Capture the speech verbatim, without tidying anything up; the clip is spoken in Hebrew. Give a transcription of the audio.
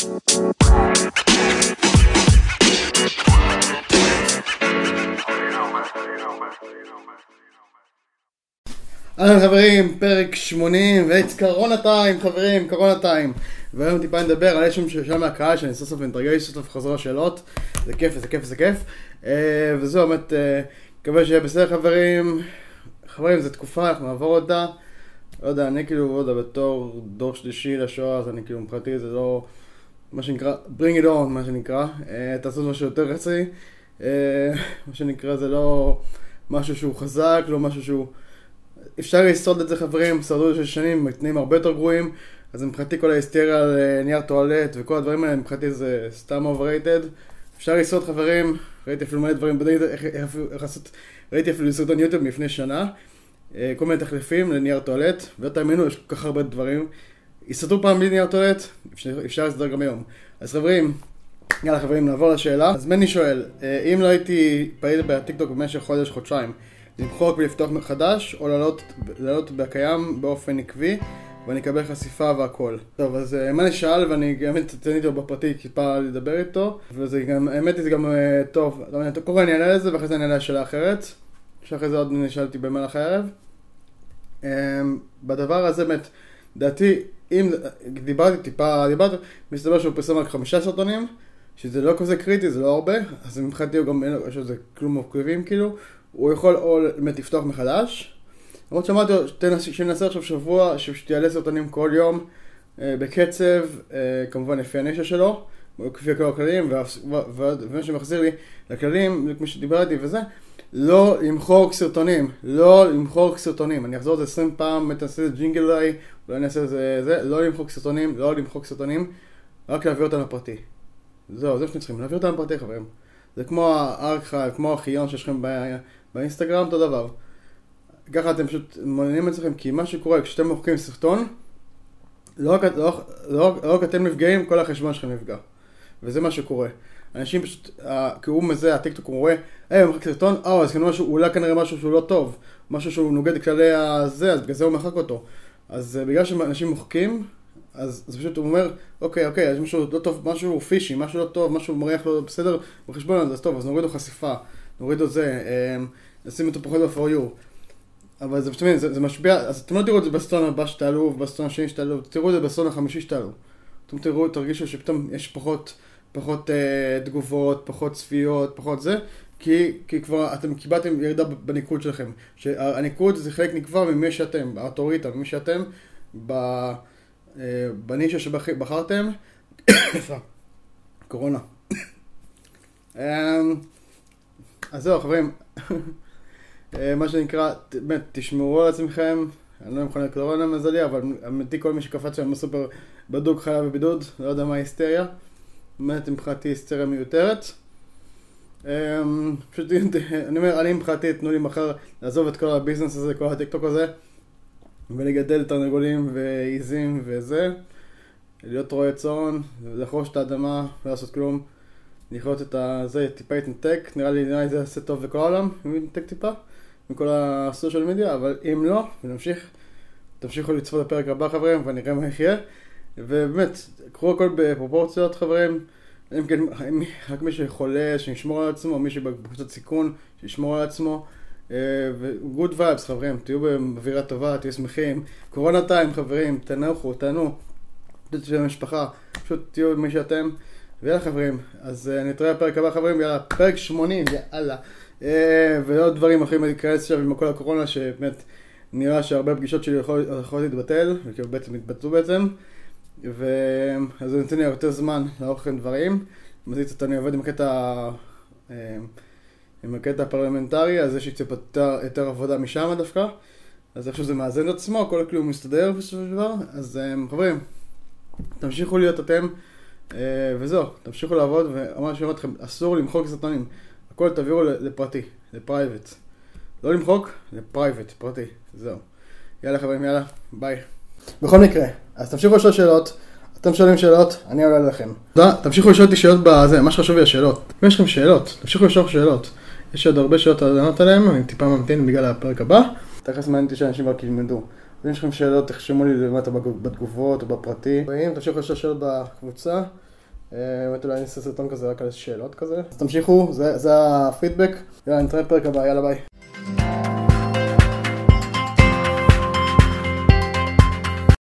אהלן חברים, פרק שמונים, ואיץ קורונה טיים חברים, קורונה טיים. והיום טיפה נדבר על איזשהו שאלה מהקהל שאני סוף סוף נתרגש, סוף סוף חזרו השאלות. זה כיף, זה כיף, זה כיף. וזהו, באמת, מקווה שיהיה בסדר חברים. חברים, זו תקופה, אנחנו נעבור אותה. לא יודע, אני כאילו, לא יודע, בתור דור שלישי לשואה, אז אני כאילו מבחינתי זה לא, מה שנקרא, bring it on, מה שנקרא. תעשו משהו יותר רצי. מה שנקרא, זה לא משהו שהוא חזק, לא משהו שהוא... אפשר לסוד את זה חברים, סרדו את זה של שנים, מתנאים הרבה יותר גרועים, אז מבחינתי כל ההיסטריה על נייר טואלט וכל הדברים האלה, מבחינתי זה סתם overrated. אפשר לסוד חברים, ראיתי אפילו מלא דברים, בדיוק איך, איך, איך לעשות, ראיתי אפילו סרטון יוטיוב לפני שנה, כל מיני תחליפים לנייר טואלט, ולא תאמינו, יש כל כך הרבה דברים. יסתרו פעם בלי נייר טואלט, אפשר, אפשר לסדר גם היום. אז חברים, יאללה חברים, נעבור לשאלה. אז מני שואל, אם לא הייתי פעיל בטיקטוק במשך חודש, חודשיים, למחוק ולפתוח מחדש, או לעלות, לעלות בקיים באופן עקבי, ואני אקבל חשיפה והכל. טוב, אז מני שאל, ואני גם תצאניתי לו בפרטי, טיפה לדבר איתו, וזה גם, האמת היא זה גם טוב. קודם כל אני אעלה לזה, ואחרי זה אני אעלה לשאלה אחרת, שאחרי זה עוד נשאלתי במהלך הערב. בדבר הזה, באמת, דעתי, אם דיברתי טיפה, דיברתי, מסתבר שהוא פרסם רק חמישה סרטונים, שזה לא כזה קריטי, זה לא הרבה, אז מבחינתי הוא גם, יש לזה כלום עוקבים כאילו, הוא יכול או באמת לפתוח מחדש. למרות שאמרתי לו, שננסה עכשיו שבוע, שתיעלה סרטונים כל יום, אה, בקצב, אה, כמובן לפי הנישה שלו, כפי כל הכללים, ומה שמחזיר לי לכללים, כמו שדיברתי וזה, לא למחוק סרטונים, לא למחוק סרטונים. אני אחזור את זה עשרים פעם, תעשה את ג'ינגל אליי, אולי אני אעשה את זה, זה, לא למחוק סרטונים, לא למחוק סרטונים, רק להעביר אותם לפרטי. זהו, זה שאתם צריכים, להעביר אותם לפרטי חברים. זה כמו הארכייב, כמו החיון שיש לכם באינסטגרם, אותו דבר. ככה אתם פשוט מעוניינים אצלכם, כי מה שקורה כשאתם מוחקים סרטון, לא רק, לא, לא, לא רק אתם נפגעים, כל החשבון שלכם נפגע. וזה מה שקורה. אנשים פשוט, כאילו מזה, הטיקטוק הוא רואה, היי, הוא מחק סרטון, אה, אז כנראה אולי כנראה משהו שהוא לא טוב, משהו שהוא נוגד כללי הזה, אז בגלל זה הוא מחק אותו. אז בגלל שאנשים מוחקים, אז זה פשוט הוא אומר, אוקיי, אוקיי, יש משהו לא טוב, משהו פישי, משהו לא טוב, משהו מריח לא בסדר בחשבון הזה, אז טוב, אז נוריד לו חשיפה, נוריד לו זה, נשים אותו פחות ב-for you. אבל זה פשוט, זה, זה משפיע, אז אתם לא תראו את זה בסטון הבא שתעלו, ובסטון השני שתעלו, תראו את זה בסטון החמישי שתעלו. אתם תראו, תרגישו שפתאום יש פחות, פחות אה, תגובות, פחות צפיות, פחות זה, כי, כי כבר אתם קיבלתם ירידה בניקוד שלכם. שהניקוד זה חלק נקבע ממי שאתם, האוטוריטה, ממי שאתם, ב... בנישה שבחרתם. קורונה. אז זהו חברים, מה שנקרא, באמת תשמרו על עצמכם. אני לא מוכן לקורונה מזלי, אבל אמיתי כל מי שקפץ שם בסופר בדוק חיה בבידוד, לא יודע מה ההיסטריה, באמת מבחינתי היסטריה מיותרת. פשוט אני אומר, אני מבחינתי תנו לי מחר לעזוב את כל הביזנס הזה, כל הטיקטוק הזה, ולגדל תרנגולים ועיזים וזה, להיות רועה צאן, לחרוש את האדמה, לא לעשות כלום, לחיות את זה, טיפה יתנתק, נראה לי, נראה לי זה יעשה טוב לכל העולם, אם יתנתק טיפה, מכל הסושיאל מדיה, אבל אם לא, ונמשיך, תמשיכו לצפות בפרק הבא חברים, ונראה מה יחיה, ובאמת, קחו הכל בפרופורציות חברים, אם כן, רק מי שחולה, שישמור על עצמו, מי שבקבוצת סיכון, שישמור על עצמו, וגוד וייבס חברים, תהיו באווירה טובה, תהיו שמחים, קורונה טיים חברים, תנוחו, תענו, תהיו במשפחה, פשוט תהיו מי שאתם, ויאללה חברים, אז נתראה בפרק הבא חברים, יאללה, פרק שמונים, יאללה, ועוד דברים אחרים להיכנס עכשיו עם כל הקורונה, שבאמת נראה שהרבה פגישות שלי יכולות להתבטל, וכאילו בעצם התבטלו בעצם, ואז אני נותן לי יותר זמן לערוך לכם דברים, מזיץ אני עובד עם הקטע, עם הקטע הפרלמנטרי, אז יש לי קצת יותר, יותר עבודה משם דווקא, אז עכשיו זה מאזן את עצמו, כל הכלי הוא מסתדר בסופו של דבר, אז חברים, תמשיכו להיות אתם, וזהו, תמשיכו לעבוד, ואמרתי שאומרת לכם, אסור למחוק סרטונים, הכל תעבירו לפרטי, לפרייבט, לא למחוק, לפרייבט, פרטי, זהו. יאללה חברים, יאללה, ביי. בכל מקרה, אז תמשיכו לשאול שאלות, אתם שואלים שאלות, אני עולה לכם. תמשיכו לשאול אותי שאלות בזה, מה שחשוב לי השאלות. אם יש לכם שאלות, תמשיכו לשאול שאלות. יש עוד הרבה שאלות לענות עליהן, אני טיפה ממתין בגלל הפרק הבא. תכף מעניין אותי שאנשים רק ילמדו. אם יש לכם שאלות, תחשמו לי למטה בתגובות או בפרטי. ואם תמשיכו לשאול שאלות בקבוצה, באמת אולי אני אעשה סרטון כזה רק על שאלות כזה. אז תמשיכו, זה, זה הפידבק. יאללה, נתראה בפרק הבא, יאללה ביי.